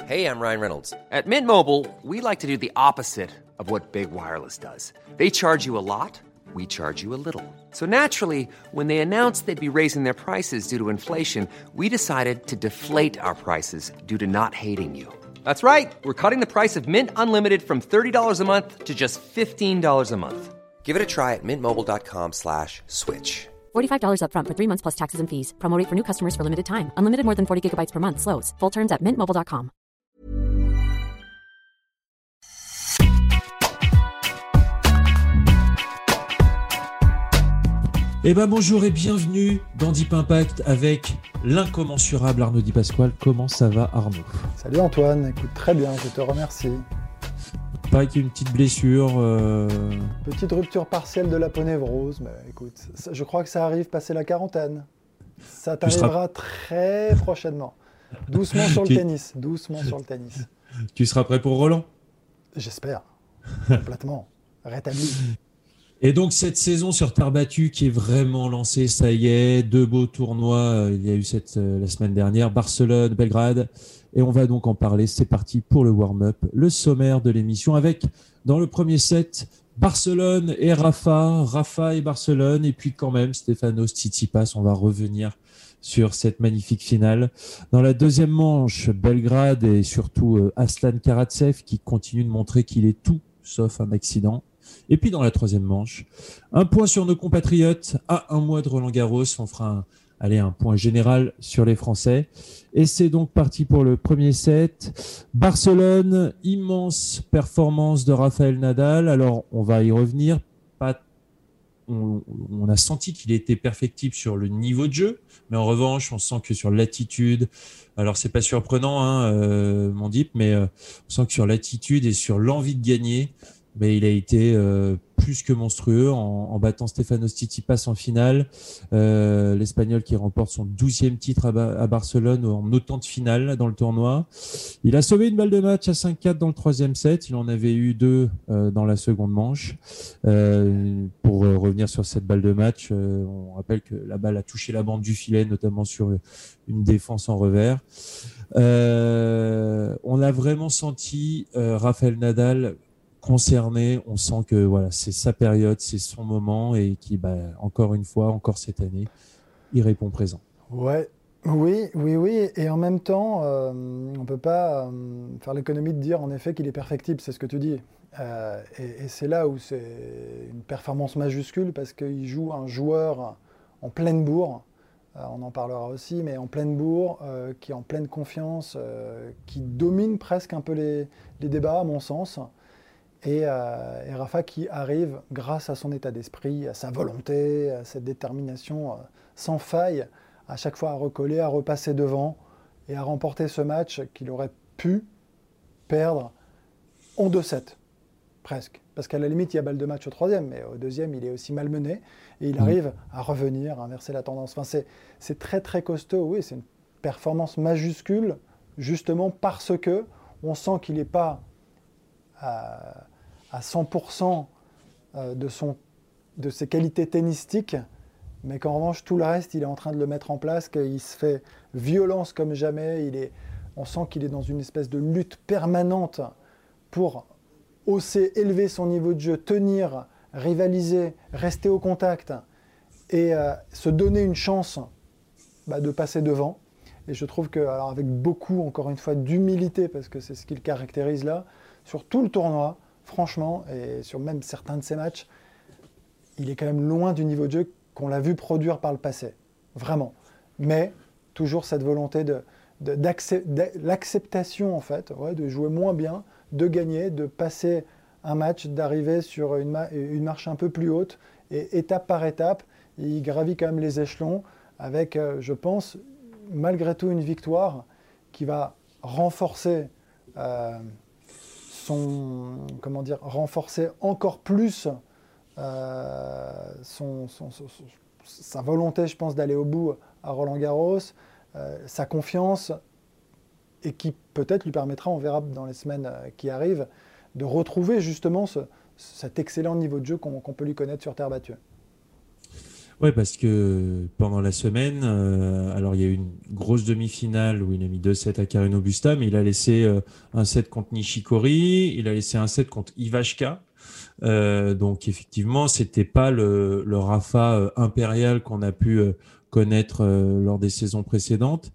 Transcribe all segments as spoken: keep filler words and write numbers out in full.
Hey, I'm Ryan Reynolds. At Mint Mobile, we like to do the opposite of what Big Wireless does. They charge you a lot, we charge you a little. So naturally, when they announced they'd be raising their prices due to inflation, we decided to deflate our prices due to not hating you. That's right. We're cutting the price of Mint Unlimited from thirty dollars a month to just fifteen dollars a month. Give it a try at mintmobile.com slash switch. forty-five dollars up front for three months plus taxes and fees. Promo rate for new customers for limited time. Unlimited more than forty gigabytes per month. Slows full terms at mint mobile dot com. Eh ben bonjour et bienvenue dans Deep Impact avec l'incommensurable Arnaud Di Pasquale. Comment ça va, Arnaud? Salut Antoine, écoute très bien, je te remercie. Il paraît qu'il y a une petite blessure. Euh... Petite rupture partielle de l'aponévrose, mais écoute, ça, je crois que ça arrive passer la quarantaine. Ça t'arrivera seras... très prochainement. Doucement sur le tu... tennis, doucement sur le tennis. Tu seras prêt pour Roland? J'espère, complètement, rétabli. Et donc cette saison sur terre battue qui est vraiment lancée, ça y est, deux beaux tournois, il y a eu cette, euh, la semaine dernière, Barcelone, Belgrade, et on va donc en parler. C'est parti pour le warm-up, le sommaire de l'émission avec, dans le premier set, Barcelone et Rafa, Rafa et Barcelone, et puis quand même Stefanos Tsitsipas. On va revenir sur cette magnifique finale. Dans la deuxième manche, Belgrade et surtout euh, Aslan Karatsev qui continue de montrer qu'il est tout sauf un accident. Et puis dans la troisième manche, un point sur nos compatriotes à un mois de Roland-Garros. On fera un, allez, un point général sur les Français. Et c'est donc parti pour le premier set. Barcelone, immense performance de Rafael Nadal. Alors on va y revenir. Pas, on, on a senti qu'il était perfectible sur le niveau de jeu, mais en revanche, on sent que sur l'attitude, alors c'est pas surprenant, hein, euh, mon Deep, mais euh, on sent que sur l'attitude et sur l'envie de gagner, mais il a été euh, plus que monstrueux en, en battant Stefanos Tsitsipas en finale. Euh, L'Espagnol qui remporte son douzième titre à, ba- à Barcelone en autant de finales dans le tournoi. Il a sauvé une balle de match à cinq quatre dans le troisième set. Il en avait eu deux euh, dans la seconde manche. Euh, pour euh, revenir sur cette balle de match, euh, on rappelle que la balle a touché la bande du filet, notamment sur une défense en revers. Euh, on a vraiment senti euh, Rafael Nadal concerné. On sent que voilà, c'est sa période, c'est son moment et qui, bah, encore une fois, encore cette année, il répond présent. Ouais, oui, oui, oui. Et en même temps, euh, on ne peut pas euh, faire l'économie de dire en effet qu'il est perfectible, c'est ce que tu dis. Euh, et, et c'est là où c'est une performance majuscule parce qu'il joue un joueur en pleine bourre. Euh, on en parlera aussi, mais en pleine bourre, euh, qui est en pleine confiance, euh, qui domine presque un peu les, les débats, à mon sens. Et, euh, et Rafa qui arrive, grâce à son état d'esprit, à sa volonté, à cette détermination euh, sans faille, à chaque fois à recoller, à repasser devant et à remporter ce match qu'il aurait pu perdre en deux sept, presque. Parce qu'à la limite, il y a balle de match au troisième, mais au deuxième, il est aussi malmené et il arrive à revenir, à inverser la tendance. Enfin, c'est, c'est très très costaud, oui, c'est une performance majuscule, justement parce que on sent qu'il n'est pas à, à cent pour cent de, son, de ses qualités tennistiques, mais qu'en revanche, tout le reste, il est en train de le mettre en place, qu'il se fait violence comme jamais. Il est, on sent qu'il est dans une espèce de lutte permanente pour hausser, élever son niveau de jeu, tenir, rivaliser, rester au contact et euh, se donner une chance bah, de passer devant. Et je trouve que, alors avec beaucoup, encore une fois, d'humilité, parce que c'est ce qui le caractérise là, sur tout le tournoi, franchement, et sur même certains de ses matchs, il est quand même loin du niveau de jeu qu'on l'a vu produire par le passé, vraiment. Mais toujours cette volonté de, de, de l'acceptation, en fait, ouais, de jouer moins bien, de gagner, de passer un match, d'arriver sur une, ma- une marche un peu plus haute, et étape par étape, il gravit quand même les échelons, avec, euh, je pense, malgré tout une victoire qui va renforcer euh, son, comment dire, renforcer encore plus euh, son, son, son, son, sa volonté, je pense, d'aller au bout à Roland-Garros, euh, sa confiance, et qui peut-être lui permettra, on verra dans les semaines qui arrivent, de retrouver justement ce, cet excellent niveau de jeu qu'on, qu'on peut lui connaître sur terre battue. Ouais, parce que pendant la semaine, euh, alors il y a eu une grosse demi-finale où il a mis deux sets à Carreno Busta, mais il a laissé euh, un set contre Nishikori, il a laissé un set contre Ivashka. Euh, donc effectivement, c'était pas le, le Rafa euh, impérial qu'on a pu euh, connaître euh, lors des saisons précédentes.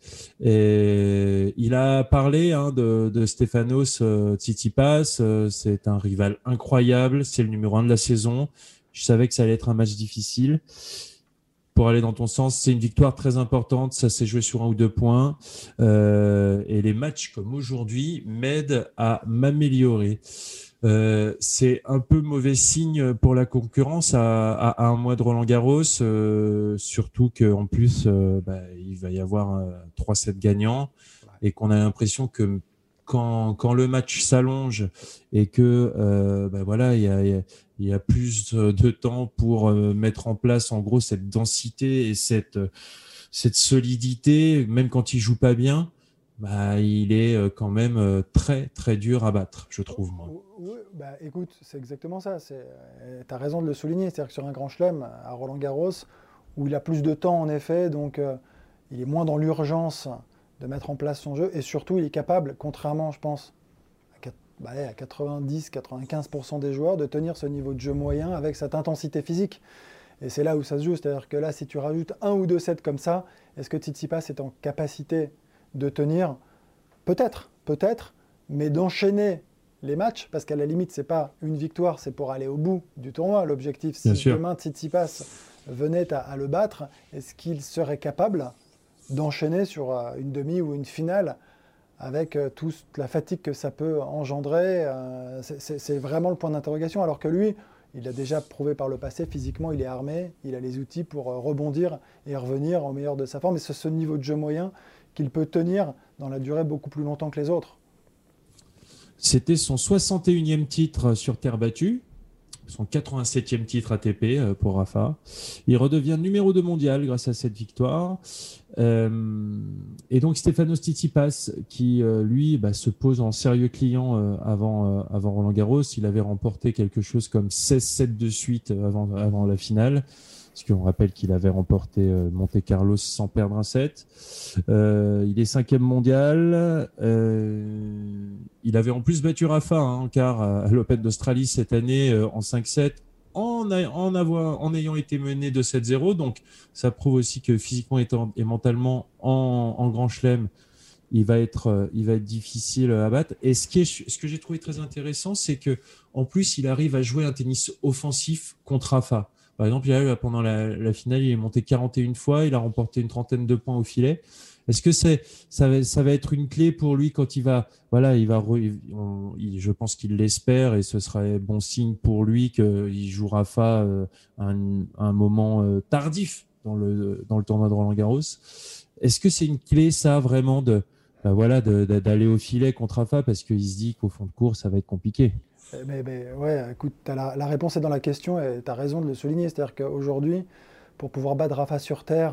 Et il a parlé hein, de, de Stefanos euh, Tsitsipas. Euh, c'est un rival incroyable, c'est le numéro un de la saison. Je savais que ça allait être un match difficile. Pour aller dans ton sens, c'est une victoire très importante. Ça s'est joué sur un ou deux points. Euh, et les matchs comme aujourd'hui m'aident à m'améliorer. Euh, c'est un peu mauvais signe pour la concurrence à, à, à un mois de Roland-Garros, euh, surtout qu'en plus, euh, bah, il va y avoir euh, trois sets gagnants et qu'on a l'impression que quand, quand le match s'allonge et que euh, bah, voilà, il y a, il y a plus de temps pour euh, mettre en place en gros cette densité et cette, cette solidité, même quand il joue pas bien. Bah, il est quand même très très dur à battre, je trouve moi. Oui, bah, écoute, c'est exactement ça. Tu as raison de le souligner. C'est-à-dire que sur un grand chelem, à Roland-Garros, où il a plus de temps en effet, donc euh, il est moins dans l'urgence de mettre en place son jeu, et surtout il est capable, contrairement je pense à, bah, à quatre-vingt-dix à quatre-vingt-quinze pour cent des joueurs, de tenir ce niveau de jeu moyen avec cette intensité physique. Et c'est là où ça se joue. C'est-à-dire que là, si tu rajoutes un ou deux sets comme ça, est-ce que Tsitsipas est en capacité de tenir? Peut-être, peut-être, mais d'enchaîner les matchs, parce qu'à la limite, c'est pas une victoire, c'est pour aller au bout du tournoi. L'objectif, si demain Tsitsipas venait à, à le battre, est-ce qu'il serait capable d'enchaîner sur euh, une demi ou une finale avec euh, toute la fatigue que ça peut engendrer? euh, c'est, c'est, c'est vraiment le point d'interrogation, alors que lui, il a déjà prouvé par le passé, physiquement, il est armé, il a les outils pour euh, rebondir et revenir au meilleur de sa forme. Et c'est ce niveau de jeu moyen qu'il peut tenir dans la durée beaucoup plus longtemps que les autres. C'était son soixante et unième titre sur terre battue, son quatre-vingt-septième titre A T P pour Rafa. Il redevient numéro deux mondial grâce à cette victoire. Euh, et donc Stefanos Tsitsipas, qui euh, lui bah, se pose en sérieux client euh, avant, euh, avant Roland-Garros. Il avait remporté quelque chose comme seize sets de suite avant, avant la finale. Parce qu'on rappelle qu'il avait remporté euh, Monte-Carlo sans perdre un set. Euh, il est cinquième mondial. Euh, il avait en plus battu Rafa hein, en quart à, à l'Open d'Australie cette année euh, en cinq sept, en, a, en, avoir, en ayant été mené deux sept zéro. Donc ça prouve aussi que physiquement et, et mentalement en, en grand chelem, il va être, euh, il va être difficile à battre. Et ce, qui est, ce que j'ai trouvé très intéressant, c'est que en plus, il arrive à jouer un tennis offensif contre Rafa. Par exemple, il a eu, pendant la, la finale, il est monté quarante et une fois, il a remporté une trentaine de points au filet. Est-ce que c'est, ça, va, ça va être une clé pour lui quand il va, voilà, il va, re, on, il, je pense qu'il l'espère et ce serait bon signe pour lui qu'il joue Rafa euh, un, un moment euh, tardif dans le, dans le tournoi de Roland-Garros. Est-ce que c'est une clé, ça, vraiment, de, bah voilà, de, de, d'aller au filet contre Rafa parce qu'il se dit qu'au fond de course, ça va être compliqué? Mais, mais ouais, écoute, t'as la, la réponse est dans la question et tu as raison de le souligner. C'est-à-dire qu'aujourd'hui, pour pouvoir battre Rafa sur terre,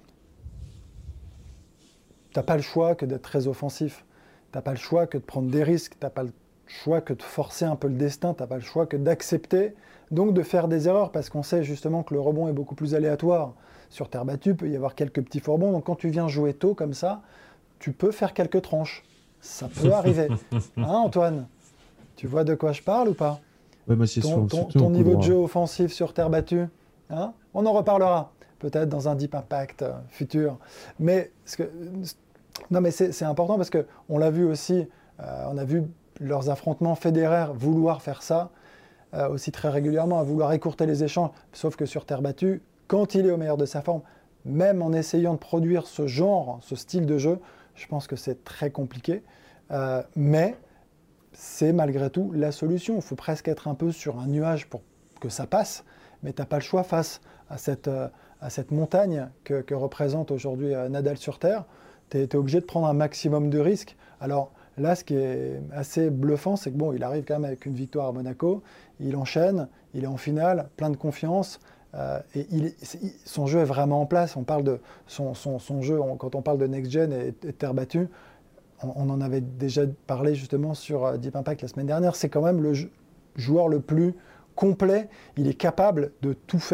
tu n'as pas le choix que d'être très offensif. Tu n'as pas le choix que de prendre des risques. Tu n'as pas le choix que de forcer un peu le destin. Tu n'as pas le choix que d'accepter, donc de faire des erreurs, parce qu'on sait justement que le rebond est beaucoup plus aléatoire. Sur terre battue, il peut y avoir quelques petits faux rebonds. Donc quand tu viens jouer tôt comme ça, tu peux faire quelques tranches. Ça peut arriver. Hein, Antoine? Tu vois de quoi je parle ou pas? Ouais, moi, c'est ton sûr, ton, ton niveau de jeu offensif sur terre battue, hein, on en reparlera peut-être dans un Deep Impact euh, futur. Mais, ce que, non, mais c'est, c'est important parce qu'on l'a vu aussi, euh, on a vu leurs affrontements Federer vouloir faire ça euh, aussi très régulièrement, à vouloir écourter les échanges, sauf que sur terre battue, quand il est au meilleur de sa forme, même en essayant de produire ce genre, ce style de jeu, je pense que c'est très compliqué. Euh, mais c'est malgré tout la solution. Il faut presque être un peu sur un nuage pour que ça passe, mais tu n'as pas le choix face à cette, euh, à cette montagne que, que représente aujourd'hui euh, Nadal sur terre. Tu es obligé de prendre un maximum de risques. Alors là, ce qui est assez bluffant, c'est que bon, il arrive quand même avec une victoire à Monaco, il enchaîne, il est en finale, plein de confiance, euh, et il, son jeu est vraiment en place. On parle de son, son, son jeu, on, quand on parle de next-gen et, et de terre battue, on en avait déjà parlé justement sur Deep Impact la semaine dernière, c'est quand même le joueur le plus complet, il est capable de tout faire.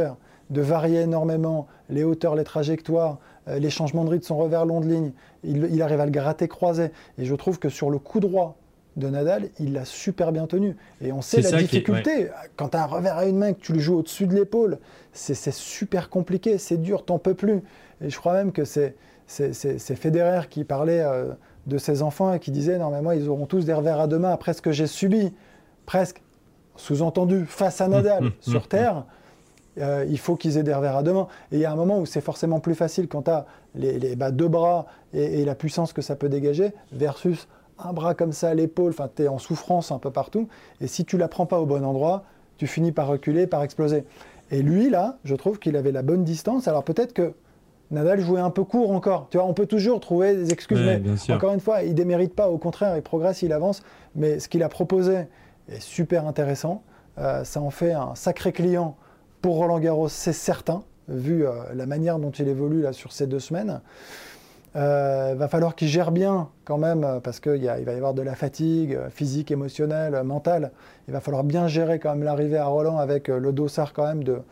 de varier énormément les hauteurs, les trajectoires, euh, les changements de rythme, son revers long de ligne. Il, il arrive à le gratter croisé. Et je trouve que sur le coup droit de Nadal, il l'a super bien tenu. Et on sait C'est la ça difficulté. qui est- ouais. Quand tu as un revers à une main, que tu le joues au-dessus de l'épaule, c'est, c'est super compliqué, c'est dur, t'en peux plus. Et je crois même que c'est, c'est, c'est, c'est Federer qui parlait euh, de ses enfants et qui disait « Non mais moi, ils auront tous des revers à deux mains après ce que j'ai subi. » Presque, sous-entendu, face à Nadal, sur terre, euh, il faut qu'ils aient des revers à deux mains. Et il y a un moment où c'est forcément plus facile quand tu as les, les bah, deux bras et, et la puissance que ça peut dégager versus un bras comme ça à l'épaule, enfin tu es en souffrance un peu partout, et si tu la prends pas au bon endroit, tu finis par reculer, par exploser. Et lui, là, je trouve qu'il avait la bonne distance. Alors peut-être que Nadal jouait un peu court encore. Tu vois, on peut toujours trouver des excuses, Ouais, mais bien sûr. encore une fois, il démérite pas. Au contraire, il progresse, il avance. Mais ce qu'il a proposé est super intéressant. Euh, ça en fait un sacré client pour Roland Garros, c'est certain, vu euh, la manière dont il évolue là sur ces deux semaines. Il euh, va falloir qu'il gère bien quand même, parce qu'il va y avoir de la fatigue euh, physique, émotionnelle, euh, mentale. Il va falloir bien gérer quand même l'arrivée à Roland avec euh, le dossard quand même de,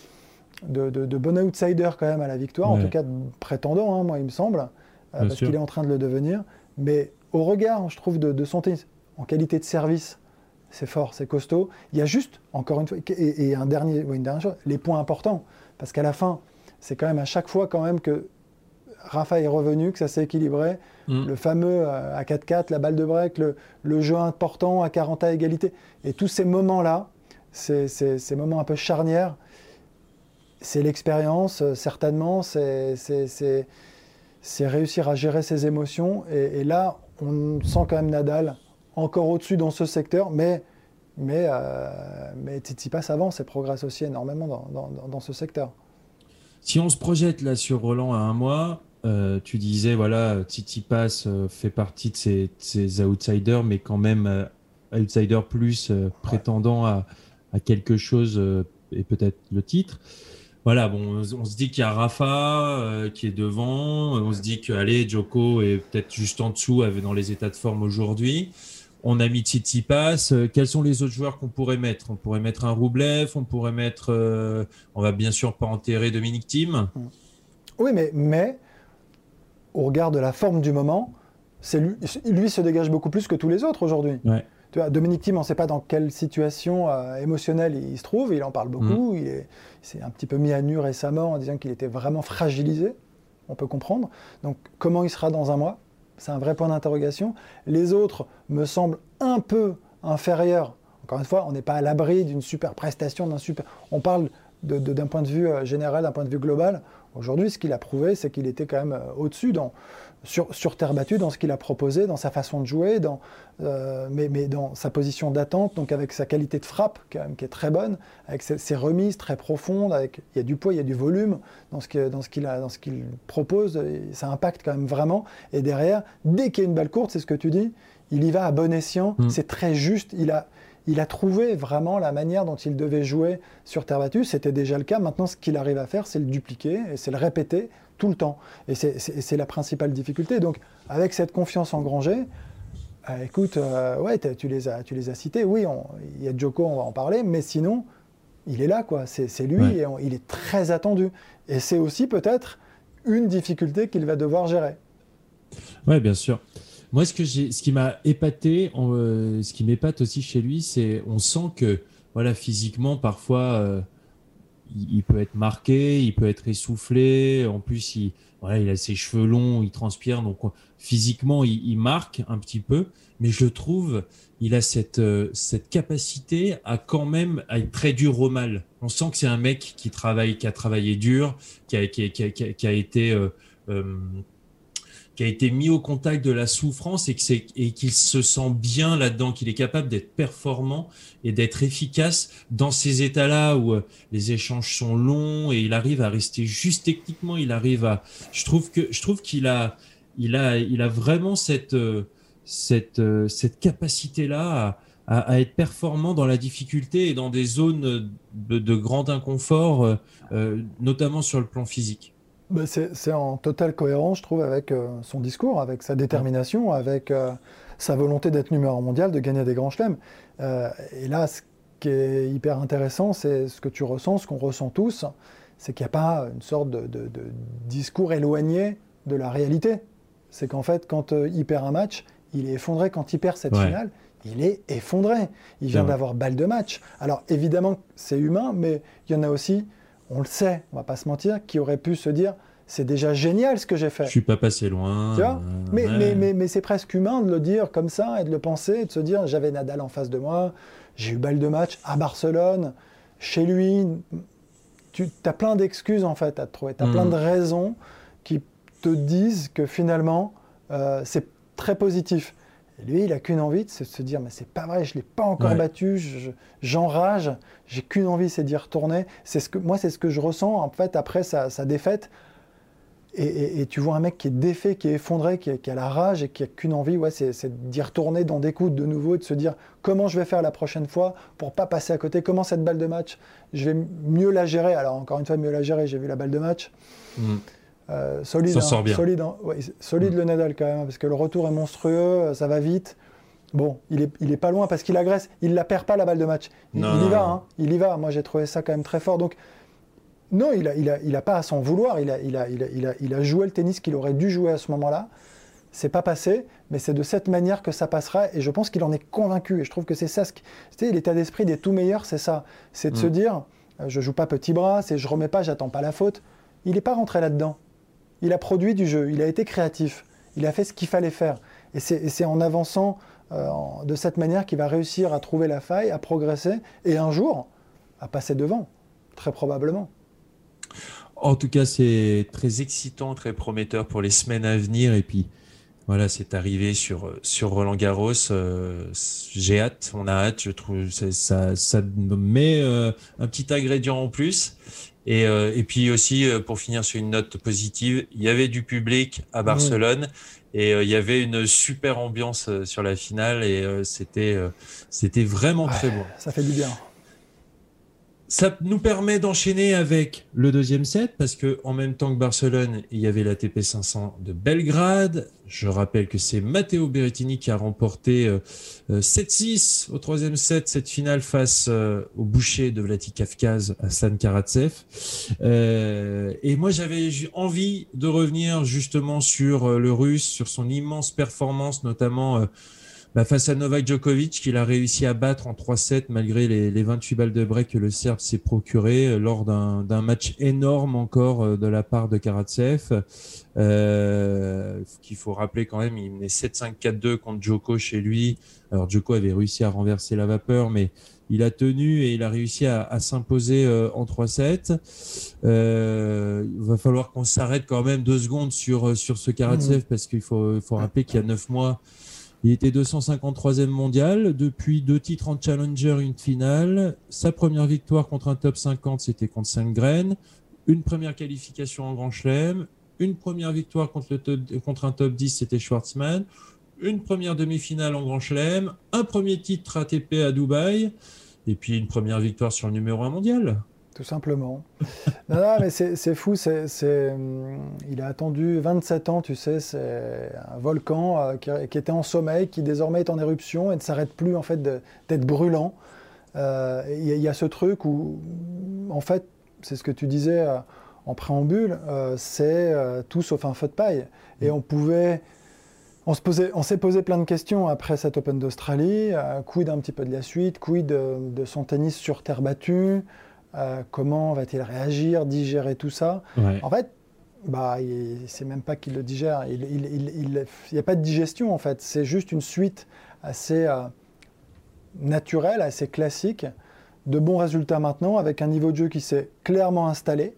de, de, de bon outsider quand même à la victoire, Ouais. en tout cas de prétendant, hein, moi il me semble, euh, parce sûr. qu'il est en train de le devenir. Mais au regard, je trouve, de, de son tennis, en qualité de service, c'est fort, c'est costaud. Il y a juste, encore une fois, et, et un dernier, une dernière chose, les points importants, parce qu'à la fin, c'est quand même à chaque fois quand même que Rafa est revenu, que ça s'est équilibré. Mm. Le fameux euh, à quatre quatre, la balle de break, le, le jeu important à quarante à égalité. Et tous ces moments-là, ces, ces, ces moments un peu charnières, c'est l'expérience, euh, certainement, c'est, c'est, c'est, c'est réussir à gérer ses émotions. Et, et là, on sent quand même Nadal encore au-dessus dans ce secteur, mais, mais, euh, mais Tsitsipas avance et progresse aussi énormément dans, dans, dans ce secteur. Si on se projette là sur Roland à un mois, euh, tu disais, voilà, Tsitsipas euh, fait partie de ces, de ces outsiders, mais quand même euh, outsider plus euh, prétendant à, à quelque chose euh, et peut-être le titre. Voilà, bon, on, on se dit qu'il y a Rafa euh, qui est devant, on se dit que allez, Djoko est peut-être juste en dessous avec, dans les états de forme aujourd'hui. On a mis Tsitsipas. Euh, quels sont les autres joueurs qu'on pourrait mettre? On pourrait mettre un Roublev, on pourrait mettre... Euh, on va bien sûr pas enterrer Dominic Thiem. Oui, mais, mais au regard de la forme du moment, c'est lui, lui se dégage beaucoup plus que tous les autres aujourd'hui. Ouais. Tu vois, Dominic Thiem, on ne sait pas dans quelle situation euh, émotionnelle il se trouve, il en parle beaucoup, mmh. il, est, il s'est un petit peu mis à nu récemment en disant qu'il était vraiment fragilisé, on peut comprendre. Donc comment il sera dans un mois? C'est un vrai point d'interrogation. Les autres me semblent un peu inférieurs. Encore une fois, on n'est pas à l'abri d'une super prestation, d'un super... On parle de, de, d'un point de vue général, d'un point de vue global. Aujourd'hui, ce qu'il a prouvé, c'est qu'il était quand même au-dessus dans, sur, sur terre battue, dans ce qu'il a proposé, dans sa façon de jouer, dans, euh, mais, mais dans sa position d'attente, donc avec sa qualité de frappe quand même, qui est très bonne, avec ses, ses remises très profondes, avec, il y a du poids, il y a du volume dans ce, que, dans ce, qu'il, a, dans ce qu'il propose, et ça impacte quand même vraiment. Et derrière, dès qu'il y a une balle courte, c'est ce que tu dis, il y va à bon escient, mmh. c'est très juste, il a... Il a trouvé vraiment la manière dont il devait jouer sur terre battue. C'était déjà le cas. Maintenant, ce qu'il arrive à faire, c'est le dupliquer et c'est le répéter tout le temps. Et c'est, c'est, c'est la principale difficulté. Donc, avec cette confiance engrangée, euh, écoute, euh, ouais, tu les as, tu les as cités. Oui, il y a Djoko, on va en parler, mais sinon, il est là, quoi. C'est, c'est lui ouais. et on, il est très attendu. Et c'est aussi peut-être une difficulté qu'il va devoir gérer. Oui, bien sûr. Moi, ce, que j'ai, ce qui m'a épaté, euh, ce qui m'épate aussi chez lui, c'est on sent que voilà, physiquement, parfois, euh, il, il peut être marqué, il peut être essoufflé. En plus, il, voilà, il a ses cheveux longs, il transpire. Donc, physiquement, il, il marque un petit peu. Mais je trouve, il a cette, euh, cette capacité à quand même à être très dur au mal. On sent que c'est un mec qui travaille, qui a travaillé dur, qui a, qui a, qui a, qui a été... Euh, euh, qui a été mis au contact de la souffrance et, que c'est, et qu'il se sent bien là-dedans, qu'il est capable d'être performant et d'être efficace dans ces états-là où euh, les échanges sont longs et il arrive à rester juste techniquement, il arrive à... Je trouve, que, je trouve qu'il a, il a, il a vraiment cette, euh, cette, euh, cette capacité-là à, à, à être performant dans la difficulté et dans des zones de, de grand inconfort, euh, euh, notamment sur le plan physique. Ben c'est, c'est en totale cohérence, je trouve, avec euh, son discours, avec sa détermination, avec euh, sa volonté d'être numéro un mondial, de gagner des grands chelems. Euh, et là, ce qui est hyper intéressant, c'est ce que tu ressens, ce qu'on ressent tous, c'est qu'il n'y a pas une sorte de, de, de discours éloigné de la réalité. C'est qu'en fait, quand euh, il perd un match, il est effondré. Quand il perd cette ouais. finale, il est effondré. Il vient ouais. d'avoir balle de match. Alors évidemment, c'est humain, mais il y en a aussi, on le sait, on ne va pas se mentir, qui auraient pu se dire « c'est déjà génial ce que j'ai fait ». Je ne suis pas passé loin. Tu vois euh, mais, ouais. mais, mais, mais c'est presque humain de le dire comme ça et de le penser et de se dire « j'avais Nadal en face de moi, j'ai eu balle de match à Barcelone, chez lui ». Tu as plein d'excuses en fait à te trouver, tu as mmh. plein de raisons qui te disent que finalement euh, c'est très positif. Et lui, il n'a qu'une envie, c'est de se dire mais c'est pas vrai, je ne l'ai pas encore ouais. battu, je, j'enrage, j'ai qu'une envie, c'est d'y retourner. C'est ce que, moi, c'est ce que je ressens en fait après sa, sa défaite. Et, et, et tu vois un mec qui est défait, qui est effondré, qui, est, qui a la rage et qui n'a qu'une envie, ouais, c'est, c'est d'y retourner dans des coups de nouveau et de se dire comment je vais faire la prochaine fois pour ne pas passer à côté, comment cette balle de match, je vais mieux la gérer. Alors encore une fois, mieux la gérer, j'ai vu la balle de match. Mmh. Euh, solide, ça sort bien. Hein, solide, hein, ouais, solide mmh. le Nadal quand même, parce que le retour est monstrueux, ça va vite. Bon, il est, il est pas loin parce qu'il agresse, il ne la perd pas la balle de match. Il, non, il non, y va, non. Hein, il y va. Moi j'ai trouvé ça quand même très fort. Donc, non, il n'a il a, il a pas à s'en vouloir. Il a, il, a, il, a, il, a, il a joué le tennis qu'il aurait dû jouer à ce moment-là. C'est pas passé, mais c'est de cette manière que ça passera. Et je pense qu'il en est convaincu. Et je trouve que c'est ça, ce qui, tu sais, l'état d'esprit des tout meilleurs, c'est ça. C'est de mmh. se dire, je joue pas petit bras, c'est je remets pas, j'attends pas la faute. Il n'est pas rentré là-dedans. Il a produit du jeu. Il a été créatif. Il a fait ce qu'il fallait faire. Et c'est, et c'est en avançant euh, en, de cette manière qu'il va réussir à trouver la faille, à progresser et un jour à passer devant, très probablement. En tout cas, c'est très excitant, très prometteur pour les semaines à venir. Et puis, voilà, c'est arrivé sur, sur Roland Garros. Euh, j'ai hâte, on a hâte. Je trouve ça, ça, ça me met euh, un petit ingrédient en plus. Et, euh, et puis aussi, euh, pour finir sur une note positive, il y avait du public à Barcelone. Mmh. Et euh, il y avait une super ambiance euh, sur la finale. Et euh, c'était, euh, c'était vraiment ouais, très bon. Ça fait du bien. Ça nous permet d'enchaîner avec le deuxième set parce que en même temps que Barcelone, il y avait l'A T P cinq cents de Belgrade. Je rappelle que c'est Matteo Berrettini qui a remporté euh, sept six au troisième set, cette finale face euh, au boucher de Vladikavkaz, Aslan Karatsev. Euh, et moi, j'avais envie de revenir justement sur euh, le Russe, sur son immense performance, notamment euh, Bah, face à Novak Djokovic, qu'il a réussi à battre en trois sept malgré les, les vingt-huit balles de break que le Serbe s'est procuré euh, lors d'un, d'un match énorme encore euh, de la part de Karatsev. Euh, qu'il faut rappeler quand même, il menait sept cinq quatre deux contre Djoko chez lui. Alors Djoko avait réussi à renverser la vapeur, mais il a tenu et il a réussi à, à s'imposer euh, en trois sept. Euh, il va falloir qu'on s'arrête quand même deux secondes sur, sur ce Karatsev mmh. parce qu'il faut, il faut rappeler qu'il y a neuf mois, il était deux cent cinquante-troisième mondial, depuis deux titres en Challenger, une finale. Sa première victoire contre un top cinquante, c'était contre Sandgren. Une première qualification en Grand Chelem. Une première victoire contre, le top, contre un top dix, c'était Schwartzmann. Une première demi-finale en Grand Chelem. Un premier titre A T P à Dubaï. Et puis une première victoire sur le numéro un mondial. Tout simplement. non, non, mais c'est, c'est fou. C'est, c'est, il a attendu vingt-sept ans, tu sais. C'est un volcan euh, qui, qui était en sommeil, qui désormais est en éruption et ne s'arrête plus en fait de, d'être brûlant. Euh, il y, y a ce truc où, en fait, c'est ce que tu disais euh, en préambule, euh, c'est euh, tout sauf un feu de paille. Et on pouvait... On, se posait, on s'est posé plein de questions après cet Open d'Australie. Euh, quid un petit peu de la suite, quid de, de son tennis sur terre battue. Euh, comment va-t-il réagir, digérer tout ça ouais. En fait, bah, il, c'est même pas qu'il le digère. Il n'y il, il, il, a pas de digestion, en fait. C'est juste une suite assez euh, naturelle, assez classique, de bons résultats maintenant, avec un niveau de jeu qui s'est clairement installé.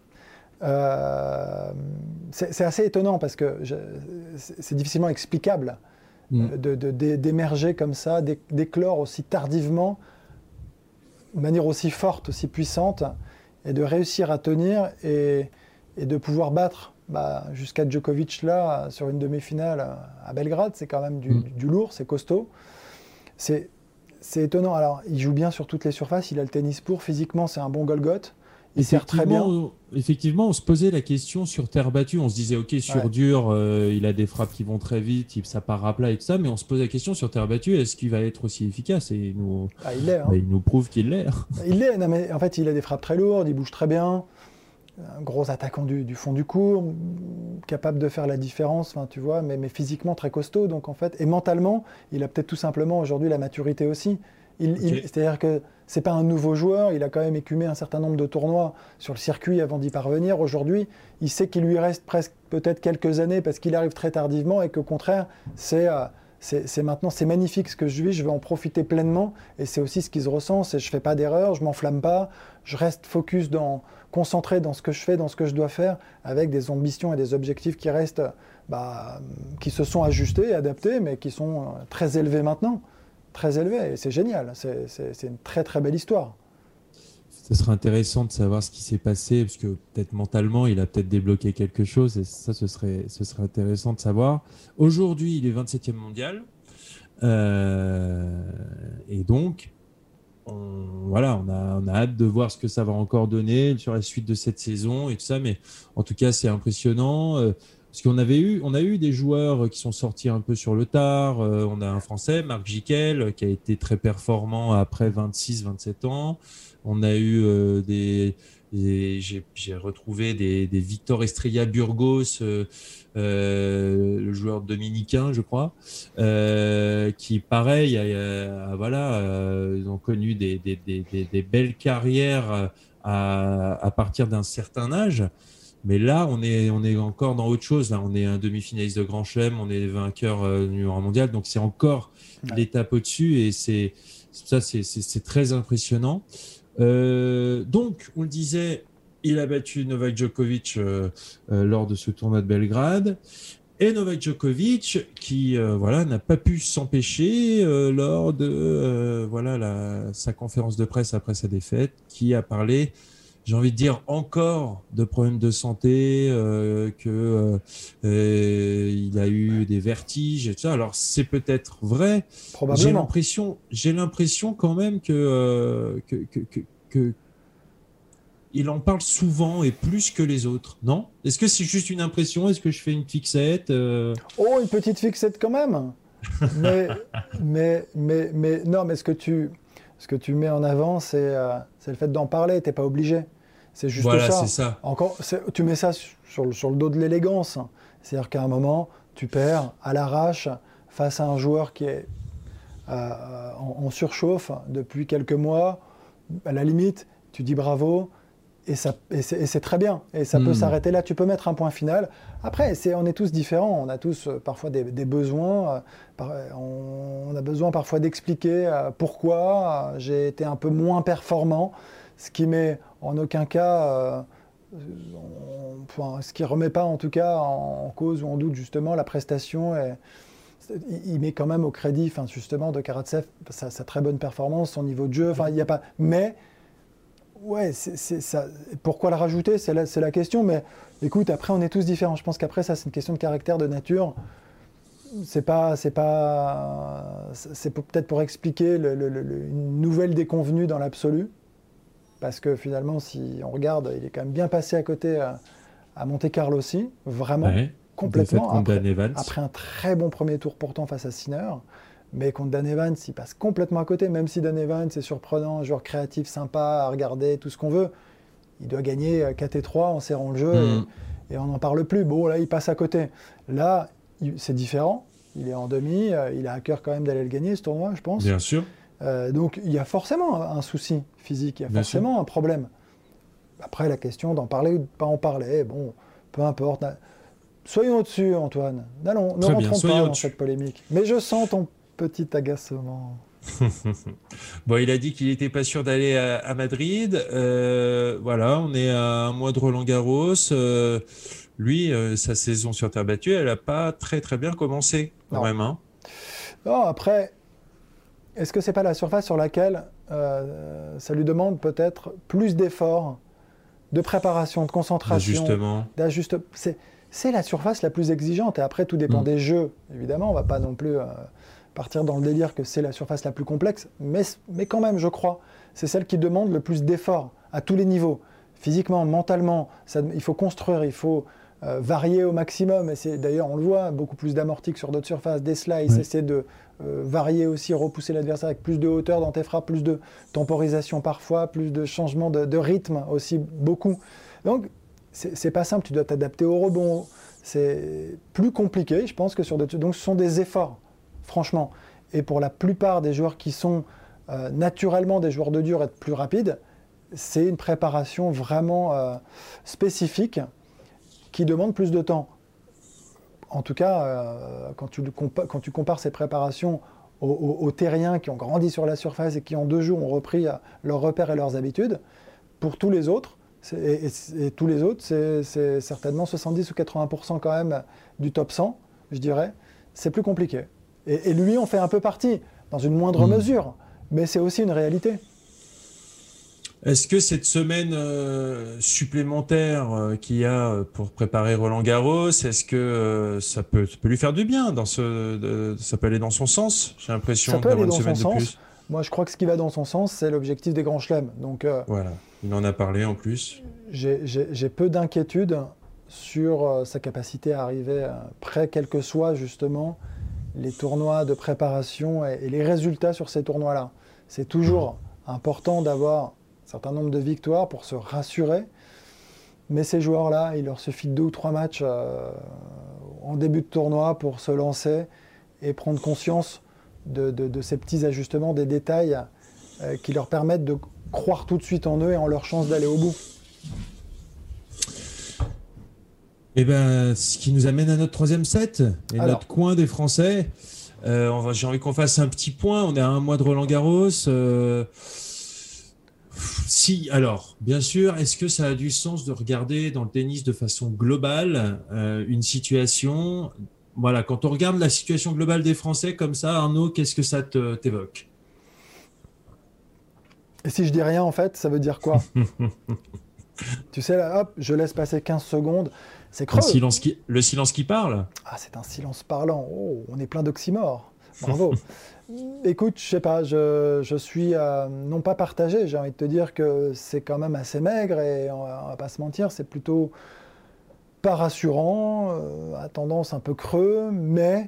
Euh, c'est, c'est assez étonnant, parce que je, c'est, c'est difficilement explicable mmh. de, de, de, d'émerger comme ça, d'éclore aussi tardivement, de manière aussi forte, aussi puissante, et de réussir à tenir et, et de pouvoir battre bah, jusqu'à Djokovic là, sur une demi-finale à Belgrade, c'est quand même du, mmh. du lourd, c'est costaud. C'est, c'est étonnant. Alors, il joue bien sur toutes les surfaces, il a le tennis pour, physiquement c'est un bon Golgoth. Il sert très bien. Effectivement, on se posait la question sur terre battue. On se disait, ok, sur ouais. dur, euh, il a des frappes qui vont très vite, ça part à plat et tout ça. Mais on se pose la question sur terre battue, est-ce qu'il va être aussi efficace ? Et il nous, ah, il l'est. Hein. Bah, il nous prouve qu'il l'est. Il l'est. Non, mais en fait, il a des frappes très lourdes, il bouge très bien. un gros attaquant du, du fond du court, capable de faire la différence, tu vois, mais, mais physiquement très costaud. Donc en fait, et mentalement, il a peut-être tout simplement aujourd'hui la maturité aussi. Il, okay. il, c'est-à-dire que c'est pas un nouveau joueur, il a quand même écumé un certain nombre de tournois sur le circuit avant d'y parvenir. Aujourd'hui, il sait qu'il lui reste presque peut-être quelques années parce qu'il arrive très tardivement et qu'au contraire, c'est, euh, c'est, c'est maintenant, c'est magnifique ce que je vis, je vais en profiter pleinement et c'est aussi ce qui se ressent, c'est je fais pas d'erreur, je m'enflamme pas, je reste focus, dans, concentré dans ce que je fais, dans ce que je dois faire, avec des ambitions et des objectifs qui restent, bah, qui se sont ajustés et adaptés, mais qui sont très élevés maintenant. Très élevé, et c'est génial, c'est, c'est, c'est une très très belle histoire. Ce serait intéressant de savoir ce qui s'est passé, parce que peut-être mentalement, il a peut-être débloqué quelque chose, et ça, ce serait, ce serait intéressant de savoir. Aujourd'hui, il est vingt-septième mondial, euh, et donc, on, voilà, on a, on a hâte de voir ce que ça va encore donner sur la suite de cette saison, et tout ça, mais en tout cas, c'est impressionnant. Euh, Parce qu'on avait eu, on a eu des joueurs qui sont sortis un peu sur le tard. Euh, on a un Français, Marc Jiquel, qui a été très performant après vingt-six vingt-sept ans. On a eu euh, des, des j'ai, j'ai retrouvé des, des Victor Estrella Burgos, euh, euh, le joueur dominicain, je crois, euh, qui, pareil, a, a, voilà, euh, ils ont connu des, des, des, des, des belles carrières à, à partir d'un certain âge. Mais là, on est, on est encore dans autre chose. Là, on est un demi-finaliste de Grand Chelem, on est vainqueur euh, du numéro un mondial, donc c'est encore ouais. l'étape au-dessus et c'est ça, c'est, c'est, c'est très impressionnant. Euh, donc, on le disait, il a battu Novak Djokovic euh, euh, lors de ce tournoi de Belgrade. Et Novak Djokovic, qui euh, voilà, n'a pas pu s'empêcher euh, lors de euh, voilà, la, sa conférence de presse après sa défaite, qui a parlé, j'ai envie de dire, encore de problèmes de santé, euh, que euh, euh, il a eu des vertiges et tout ça. Alors c'est peut-être vrai. Probablement. J'ai l'impression, j'ai l'impression quand même que euh, que, que, que, que il en parle souvent et plus que les autres, non? Est-ce que c'est juste une impression? Est-ce que je fais une fixette? euh... Oh, une petite fixette quand même. mais mais mais mais non, mais ce que tu Ce que tu mets en avant, c'est, euh, c'est le fait d'en parler. Tu n'es pas obligé. C'est juste voilà, ça. C'est ça. Encore, c'est, tu mets ça sur le, sur le dos de l'élégance. C'est-à-dire qu'à un moment, tu perds à l'arrache face à un joueur qui est euh, en, en surchauffe depuis quelques mois. À la limite, tu dis bravo. Et, ça, et, c'est, et c'est très bien. Et ça mmh. peut s'arrêter là. Tu peux mettre un point final. Après, c'est, on est tous différents. On a tous euh, parfois des, des besoins. Euh, par, on, on a besoin parfois d'expliquer euh, pourquoi euh, j'ai été un peu moins performant. Ce qui met en aucun cas, euh, on, enfin, ce qui remet pas en tout cas en, en cause ou en doute justement la prestation. Et, il met quand même au crédit, enfin, justement, de Karatsev sa, sa très bonne performance, son niveau de jeu. Enfin, il y a pas. Mais ouais, c'est, c'est ça. Pourquoi le rajouter, c'est la, c'est la question. Mais écoute, après, on est tous différents. Je pense qu'après, ça, c'est une question de caractère, de nature. C'est pas, c'est pas, c'est peut-être pour expliquer le, le, le, une nouvelle déconvenue dans l'absolu. Parce que finalement, si on regarde, il est quand même bien passé à côté à, à Monte-Carlo aussi, vraiment, ouais, complètement. Après, après un très bon premier tour pourtant face à Sinner. Mais contre Dan Evans, il passe complètement à côté, même si Dan Evans est surprenant, un joueur créatif, sympa à regarder, tout ce qu'on veut. Il doit gagner quatre et trois en serrant le jeu mmh. et, et on n'en parle plus. Bon, là, il passe à côté. Là, il, c'est différent. Il est en demi, il a à cœur quand même d'aller le gagner, ce tournoi, je pense. Bien sûr. Euh, donc, il y a forcément un, un souci physique, il y a Bien forcément sûr. un problème. Après, la question d'en parler ou de ne pas en parler, bon, peu importe. Soyons au-dessus, Antoine. N'allons, ne rentrons pas dans cette polémique. Mais je sens ton petit agacement. Bon, il a dit qu'il n'était pas sûr d'aller à, à Madrid. Euh, voilà, on est à un mois de Roland-Garros. Euh, lui, euh, sa saison sur terre battue, elle n'a pas très très bien commencé, quand non. même. Hein. Non, après, est-ce que c'est pas la surface sur laquelle euh, ça lui demande peut-être plus d'efforts, de préparation, de concentration, d'ajustement. D'ajuste... C'est, c'est la surface la plus exigeante. Et après, tout dépend mmh. des jeux. Évidemment, on ne va pas non plus... Euh, partir dans le délire que c'est la surface la plus complexe, mais, mais quand même, je crois, c'est celle qui demande le plus d'efforts à tous les niveaux, physiquement, mentalement. Ça, il faut construire, il faut euh, varier au maximum. Et c'est, d'ailleurs, on le voit, beaucoup plus d'amorti que sur d'autres surfaces, des slices, oui. essayer de euh, varier aussi, repousser l'adversaire avec plus de hauteur dans tes frappes, plus de temporisation parfois, plus de changement de, de rythme aussi, beaucoup. Donc, c'est, c'est pas simple, tu dois t'adapter au rebond. C'est plus compliqué, je pense, que sur d'autres. Donc ce sont des efforts, franchement. Et pour la plupart des joueurs qui sont euh, naturellement des joueurs de dur et plus rapides, c'est une préparation vraiment euh, spécifique qui demande plus de temps. En tout cas, euh, quand, tu compa- quand tu compares ces préparations aux, aux, aux terriens qui ont grandi sur la surface et qui en deux jours ont repris euh, leurs repères et leurs habitudes, pour tous les autres, c'est, et, et, et tous les autres, c'est, c'est certainement soixante-dix ou quatre-vingts pour cent quand même du top cent, je dirais, c'est plus compliqué. Et, et lui en fait un peu partie, dans une moindre mmh. mesure, mais c'est aussi une réalité. Est-ce que cette semaine euh, supplémentaire euh, qu'il y a pour préparer Roland-Garros, est-ce que euh, ça, peut, ça peut lui faire du bien dans ce, de, ça peut aller dans son sens? J'ai l'impression d'avoir une semaine de plus. Moi, je crois que ce qui va dans son sens, c'est l'objectif des grands chelems. Donc, euh, voilà, il en a parlé en plus. J'ai, j'ai, j'ai peu d'inquiétude sur euh, sa capacité à arriver euh, près, quels que soient justement les tournois de préparation et, et les résultats sur ces tournois-là. C'est toujours mmh. important d'avoir un certain nombre de victoires pour se rassurer. Mais ces joueurs-là, il leur suffit de deux ou trois matchs euh, en début de tournoi pour se lancer et prendre conscience de, de, de ces petits ajustements, des détails euh, qui leur permettent de croire tout de suite en eux et en leur chance d'aller au bout. Et ben, ce qui nous amène à notre troisième set et Alors, notre coin des Français. Euh, on va, j'ai envie qu'on fasse un petit point. On est à un mois de Roland-Garros. Euh, Si, alors, bien sûr, est-ce que ça a du sens de regarder dans le tennis de façon globale euh, une situation? Voilà, quand on regarde la situation globale des Français comme ça, Arnaud, qu'est-ce que ça te, t'évoque? Et si je dis rien, en fait, ça veut dire quoi? Tu sais, là, hop, je laisse passer quinze secondes. C'est creux. Un silence qui, le silence qui parle? Ah, c'est un silence parlant. Oh, on est plein d'oxymores. Bravo. Écoute, je sais pas, je, je suis euh, non pas partagé, j'ai envie de te dire que c'est quand même assez maigre et on va, on va pas se mentir, c'est plutôt pas rassurant, euh, à tendance un peu creux, mais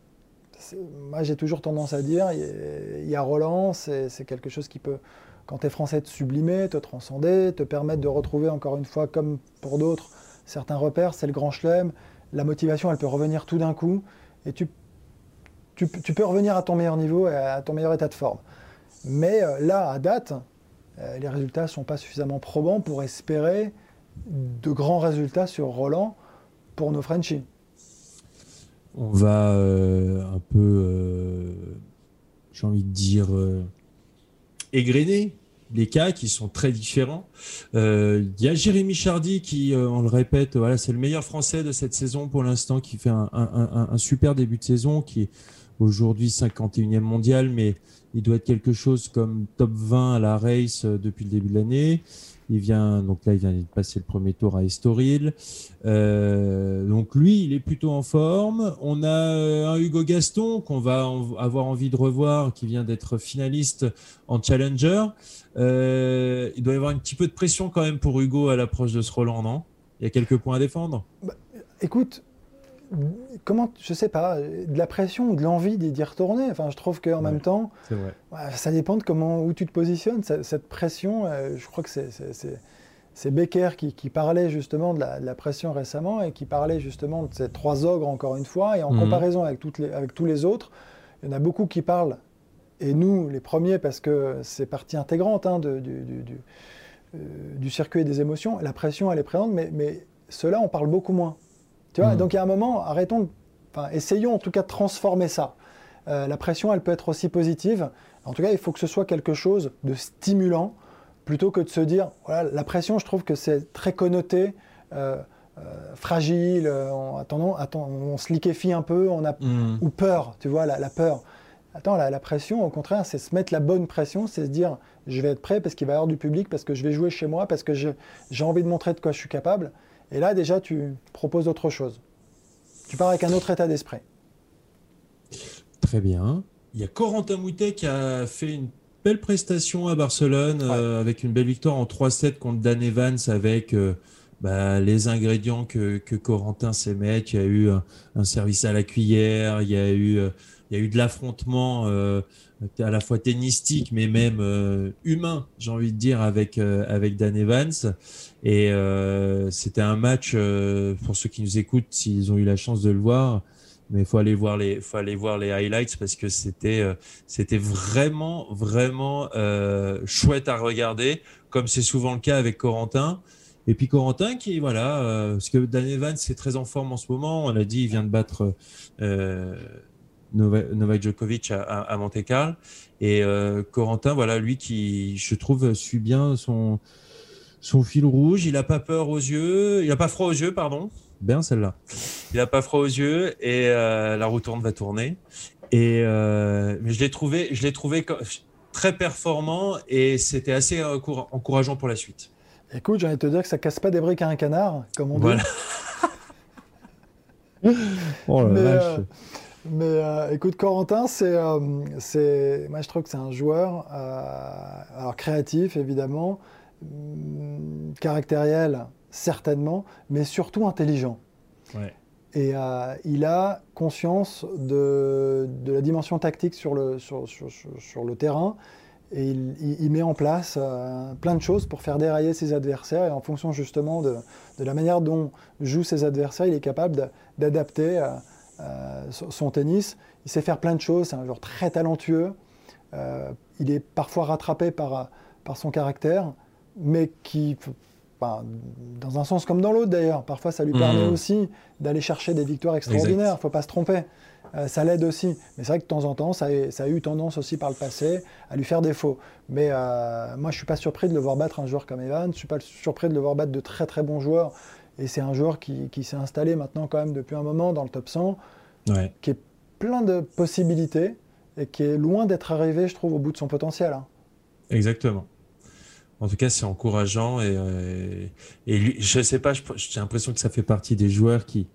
moi j'ai toujours tendance à dire, il y, y a Roland, c'est, c'est quelque chose qui peut, quand tu es français, te sublimer, te transcender, te permettre de retrouver encore une fois, comme pour d'autres, certains repères, c'est le grand chelem, la motivation elle peut revenir tout d'un coup et tu Tu, tu peux revenir à ton meilleur niveau et à ton meilleur état de forme. Mais euh, là, à date, euh, les résultats ne sont pas suffisamment probants pour espérer de grands résultats sur Roland pour nos Frenchies. On va euh, un peu, euh, j'ai envie de dire, euh, égrener les cas qui sont très différents. Il euh, y a Jérémy Chardy qui, euh, on le répète, voilà, c'est le meilleur Français de cette saison pour l'instant, qui fait un, un, un, un super début de saison, qui est aujourd'hui cinquante et unième mondial, mais il doit être quelque chose comme top vingt à la race depuis le début de l'année. Il vient, donc là, il vient de passer le premier tour à Estoril. Euh, donc lui, il est plutôt en forme. On a un Hugo Gaston qu'on va en, avoir envie de revoir, qui vient d'être finaliste en Challenger. Euh, il doit y avoir un petit peu de pression quand même pour Hugo à l'approche de ce Roland, non? Il y a quelques points à défendre. Bah, écoute, comment, je sais pas, de la pression ou de l'envie d'y retourner. Enfin, je trouve qu'en ouais, même temps, c'est vrai. Ouais, ça dépend de comment, où tu te positionnes. Cette, cette pression, euh, je crois que c'est, c'est, c'est, c'est Becker qui, qui parlait justement de la, de la pression récemment et qui parlait justement de ces trois ogres encore une fois. Et en mmh. comparaison avec, toutes les, avec tous les autres, il y en a beaucoup qui parlent, et nous les premiers, parce que c'est partie intégrante hein, de, du, du, du, euh, du circuit des émotions. La pression, elle est présente, mais, mais ceux-là, on parle beaucoup moins. Tu vois, mmh. Donc, il y a un moment, arrêtons, enfin, essayons en tout cas de transformer ça. Euh, la pression, elle peut être aussi positive. En tout cas, il faut que ce soit quelque chose de stimulant, plutôt que de se dire, voilà, la pression, je trouve que c'est très connoté, euh, euh, fragile, euh, on, attendons, attends, on se liquéfie un peu, on a, mmh. ou peur, tu vois, la, la peur. Attends, la, la pression, au contraire, c'est se mettre la bonne pression, c'est se dire, je vais être prêt parce qu'il va y avoir du public, parce que je vais jouer chez moi, parce que je, j'ai envie de montrer de quoi je suis capable. Et là, déjà, tu proposes autre chose. Tu pars avec un autre état d'esprit. Très bien. Il y a Corentin Moutet qui a fait une belle prestation à Barcelone, ouais. euh, avec une belle victoire en trois sept contre Dan Evans, avec euh, bah, les ingrédients que, que Corentin sait mettre. Il y a eu un, un service à la cuillère, il y a eu euh, il y a eu de l'affrontement euh, à la fois tennistique, mais même euh, humain, j'ai envie de dire, avec, euh, avec Dan Evans. Et euh, c'était un match, euh, pour ceux qui nous écoutent, s'ils ont eu la chance de le voir, mais il faut aller voir les, faut aller voir les highlights parce que c'était, euh, c'était vraiment, vraiment euh, chouette à regarder, comme c'est souvent le cas avec Corentin. Et puis Corentin qui, voilà, euh, parce que Dan Evans c'est très en forme en ce moment, on l'a dit, il vient de battre euh, Novak, Novak Djokovic à, à, à Monte-Carlo. Et euh, Corentin, voilà, lui qui, je trouve, suit bien son, son fil rouge, il n'a pas peur aux yeux, il n'a pas froid aux yeux, pardon. Bien celle-là. Il n'a pas froid aux yeux et euh, la roue tourne va tourner. Et euh, mais je l'ai trouvé, je l'ai trouvé très performant et c'était assez encourageant pour la suite. Écoute, j'ai envie de te dire que ça casse pas des briques à un canard, comme on voilà. dit. oh la mais, vache. Euh, mais euh, écoute, Corentin, c'est, euh, c'est, moi je trouve que c'est un joueur, euh, alors créatif évidemment, hum, caractériel certainement, mais surtout intelligent. Ouais. Et euh, il a conscience de, de la dimension tactique sur le, sur, sur, sur, sur le terrain. Et il, il, il met en place euh, plein de choses pour faire dérailler ses adversaires. Et en fonction justement de, de la manière dont jouent ses adversaires, il est capable de, d'adapter euh, euh, son tennis. Il sait faire plein de choses. C'est un joueur très talentueux. Euh, il est parfois rattrapé par, par son caractère, mais qui... Enfin, dans un sens comme dans l'autre d'ailleurs, parfois ça lui mmh. permet aussi d'aller chercher des victoires extraordinaires, il ne faut pas se tromper, euh, ça l'aide aussi, mais c'est vrai que de temps en temps ça a, ça a eu tendance aussi par le passé à lui faire défaut, mais euh, moi je ne suis pas surpris de le voir battre un joueur comme Evans, je ne suis pas surpris de le voir battre de très très bons joueurs, et c'est un joueur qui, qui s'est installé maintenant quand même depuis un moment dans le top cent, ouais. qui est plein de possibilités et qui est loin d'être arrivé je trouve au bout de son potentiel. Hein. Exactement. En tout cas, c'est encourageant et, et, et lui, je sais pas, j'ai l'impression que ça fait partie des joueurs qui,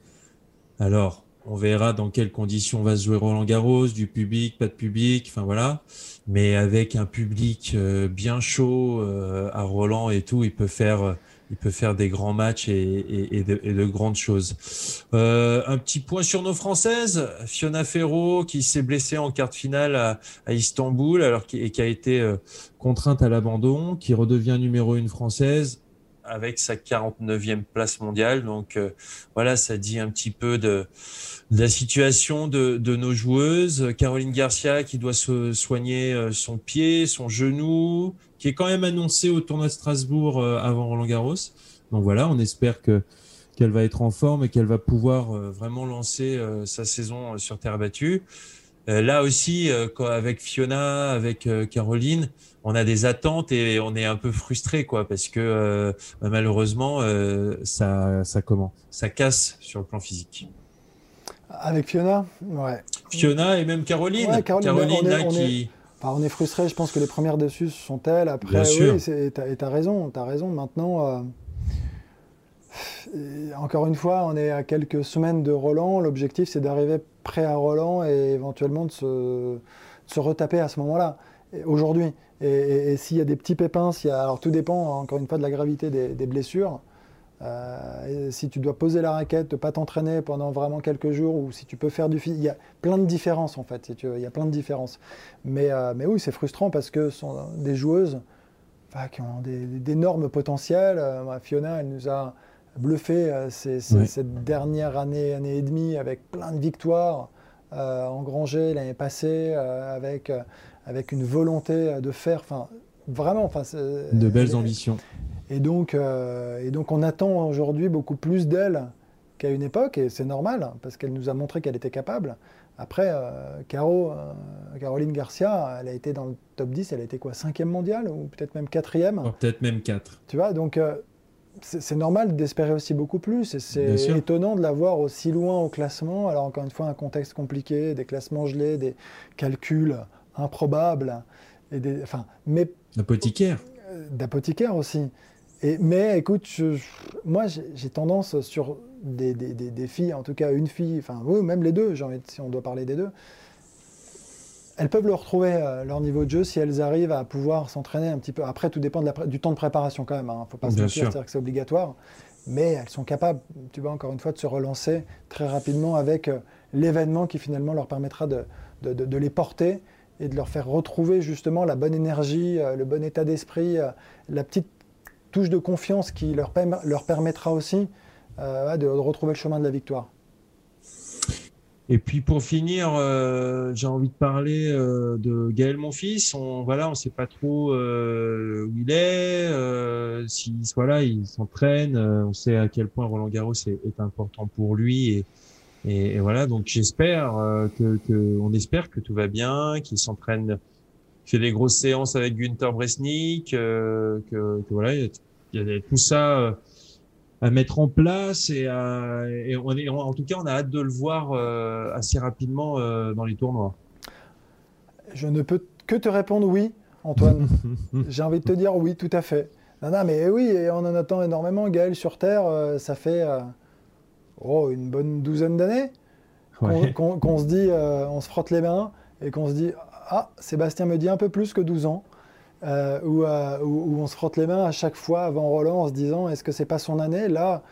alors, on verra dans quelles conditions va se jouer Roland-Garros, du public, pas de public, enfin voilà, mais avec un public euh, bien chaud euh, à Roland et tout, il peut faire, il peut faire des grands matchs et, et, et, de, et de grandes choses. Euh, un petit point sur nos Françaises, Fiona Ferro qui s'est blessée en quart de finale à, à Istanbul, alors qui, et qui a été euh, contrainte à l'abandon, qui redevient numéro une française avec sa quarante-neuvième place mondiale. Donc euh, voilà, ça dit un petit peu de, de la situation de, de nos joueuses. Caroline Garcia qui doit se soigner son pied, son genou, qui est quand même annoncé au tournoi de Strasbourg euh, avant Roland-Garros. Donc voilà, on espère que qu'elle va être en forme et qu'elle va pouvoir euh, vraiment lancer euh, sa saison sur terre battue. Euh, là aussi, euh, avec Fiona, avec euh, Caroline, on a des attentes et on est un peu frustré, quoi, parce que euh, malheureusement, euh, ça, ça comment, ça casse sur le plan physique. Avec Fiona, ouais. Fiona et même Caroline. Ouais, Caroline, Caroline on est, là on qui. Est, enfin, on est frustré. Je pense que les premières déçues sont elles. Après, Bien sûr. oui, c'est, t'as, t'as raison, t'as raison. Maintenant. Euh, Encore une fois, on est à quelques semaines de Roland. L'objectif, c'est d'arriver prêt à Roland et éventuellement de se, de se retaper à ce moment-là, et aujourd'hui. Et, et, et s'il y a des petits pépins, s'il y a, alors tout dépend encore une fois de la gravité des, des blessures. Euh, si tu dois poser la raquette, ne pas t'entraîner pendant vraiment quelques jours, ou si tu peux faire du physique, il y a plein de différences en fait. Si tu veux, il y a plein de différences. Mais, euh, mais oui, c'est frustrant parce que ce sont des joueuses enfin, qui ont des, d'énormes potentiels. Euh, Fiona, elle nous a bluffé euh, ces, ces, oui. cette dernière année, année et demie avec plein de victoires euh, engrangées l'année passée, euh, avec, euh, avec une volonté de faire, enfin vraiment, enfin de belles elle, ambitions. Et donc, euh, et donc on attend aujourd'hui beaucoup plus d'elle qu'à une époque, et c'est normal parce qu'elle nous a montré qu'elle était capable. Après, euh, Caro, euh, Caroline Garcia, elle a été dans le top dix, elle a été quoi, cinquième mondiale ou peut-être même quatrième. Oh, peut-être même quatre. Tu vois, donc euh, c'est, c'est normal d'espérer aussi beaucoup plus. Et c'est étonnant de la voir aussi loin au classement. Alors encore une fois, un contexte compliqué, des classements gelés, des calculs improbables. Et des, enfin, mais, d'apothicaire. Euh, d'apothicaire aussi. Et, mais écoute, je, je, moi j'ai, j'ai tendance sur des, des, des, des filles, en tout cas une fille, enfin oui, même les deux, j'ai envie de, si on doit parler des deux, elles peuvent le retrouver, euh, leur niveau de jeu, si elles arrivent à pouvoir s'entraîner un petit peu. Après, tout dépend de la, du temps de préparation quand même, il hein, ne faut pas se mentir, c'est-à-dire que c'est obligatoire. Mais elles sont capables, tu vois, encore une fois, de se relancer très rapidement avec euh, l'événement qui finalement leur permettra de, de, de, de les porter et de leur faire retrouver justement la bonne énergie, euh, le bon état d'esprit, euh, la petite touche de confiance qui leur, perm- leur permettra aussi euh, de, de retrouver le chemin de la victoire. Et puis pour finir, euh, j'ai envie de parler euh, de Gaël Monfils. On voilà, on sait pas trop euh, où il est, euh, si voilà, il s'entraîne. Euh, on sait à quel point Roland Garros est, est important pour lui et, et, et voilà. Donc j'espère euh, que, que on espère que tout va bien, qu'il s'entraîne, fait des grosses séances avec Günther Bresnik, euh, que, que voilà, il y a, il y a tout ça. Euh, à mettre en place et, à, et on est, en tout cas on a hâte de le voir euh, assez rapidement euh, dans les tournois. Je ne peux que te répondre oui, Antoine. J'ai envie de te dire oui, tout à fait. Non, non, mais oui, et on en attend énormément. Gaël sur Terre, euh, ça fait euh, oh, une bonne douzaine d'années ouais. qu'on, qu'on, qu'on se dit, euh, on se frotte les mains et qu'on se dit ah, Sébastien me dit un peu plus que douze ans. Euh, où, euh, où, où on se frotte les mains à chaque fois avant Roland en se disant est-ce que c'est pas son année là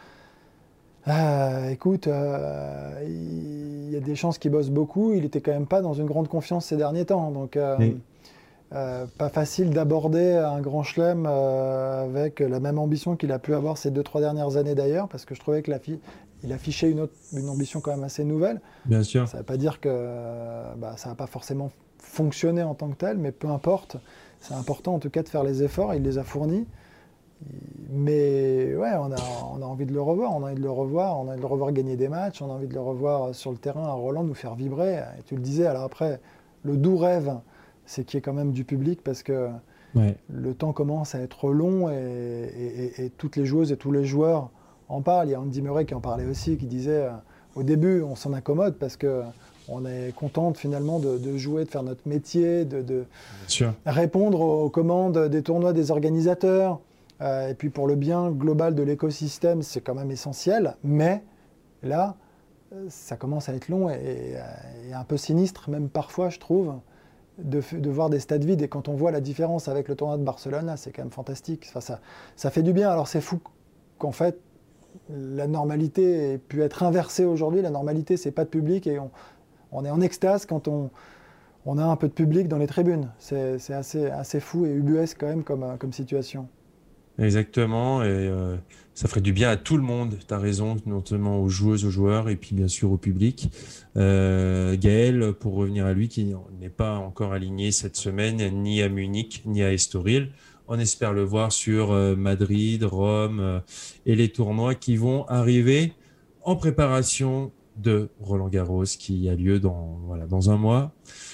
euh, écoute euh, il y a des chances qu'il bosse beaucoup, il était quand même pas dans une grande confiance ces derniers temps donc euh, oui. euh, pas facile d'aborder un grand chelem euh, avec la même ambition qu'il a pu avoir ces deux trois dernières années d'ailleurs parce que je trouvais que la fille il affichait une, autre, une ambition quand même assez nouvelle. Bien sûr. Ça ne veut pas dire que bah, ça n'a pas forcément fonctionné en tant que tel, mais peu importe. C'est important en tout cas de faire les efforts, il les a fournis. Mais ouais, on a, on a envie de le revoir, on a envie de le revoir, on a envie de le revoir gagner des matchs, on a envie de le revoir sur le terrain à Roland, nous faire vibrer. Et tu le disais, alors après, le doux rêve, c'est qu'il y ait quand même du public parce que ouais. le temps commence à être long et, et, et, et toutes les joueuses et tous les joueurs en parlent. Il y a Andy Murray qui en parlait aussi, qui disait euh, au début, on s'en accommode parce que on est contente finalement de, de jouer, de faire notre métier, de, de répondre aux commandes des tournois des organisateurs. Euh, et puis pour le bien global de l'écosystème, c'est quand même essentiel. Mais là, ça commence à être long et, et, et un peu sinistre, même parfois, je trouve, de, de voir des stades vides. Et quand on voit la différence avec le tournoi de Barcelone, là, c'est quand même fantastique. Enfin, ça, ça fait du bien. Alors c'est fou qu'en fait, la normalité ait pu être inversée aujourd'hui. La normalité, c'est pas de public et on On est en extase quand on, on a un peu de public dans les tribunes. C'est, c'est assez, assez fou et ubuesque quand même comme, comme situation. Exactement, et euh, ça ferait du bien à tout le monde, tu as raison, notamment aux joueuses, aux joueurs et puis bien sûr au public. Euh, Gaël, pour revenir à lui, qui n'est pas encore aligné cette semaine, ni à Munich, ni à Estoril. On espère le voir sur euh, Madrid, Rome euh, et les tournois qui vont arriver en préparation de Roland Garros qui a lieu dans, voilà, dans un mois.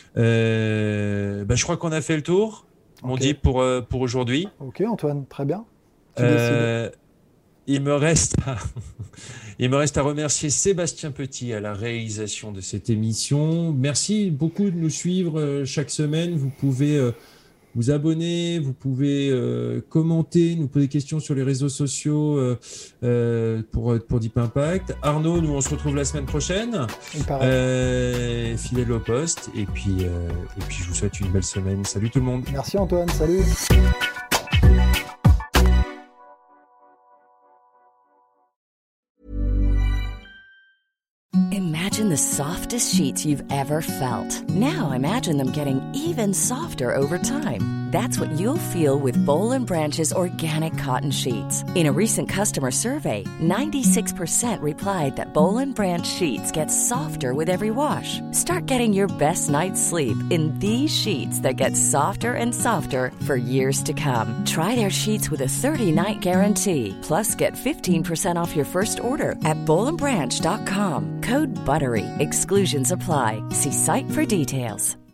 Euh, bah, je crois qu'on a fait le tour, okay. On dit, pour, euh, pour aujourd'hui. Ok Antoine, très bien. Tu euh, il, me reste à, il me reste à remercier Sébastien Petit à la réalisation de cette émission. Merci beaucoup de nous suivre euh, chaque semaine. Vous pouvez... Euh, vous abonner, vous pouvez euh, commenter, nous poser des questions sur les réseaux sociaux euh, euh, pour, pour Deep Impact. Arnaud, nous on se retrouve la semaine prochaine, euh, fidèle au poste, et puis, euh, et puis je vous souhaite une belle semaine. Salut tout le monde. Merci Antoine, salut. Imagine the softest sheets you've ever felt. Now imagine them getting even softer over time. That's what you'll feel with Boll and Branch's organic cotton sheets. In a recent customer survey, ninety-six percent replied that Boll and Branch sheets get softer with every wash. Start getting your best night's sleep in these sheets that get softer and softer for years to come. Try their sheets with a thirty-night guarantee. Plus, get fifteen percent off your first order at boll and branch dot com. Code BUTTERY. Exclusions apply. See site for details.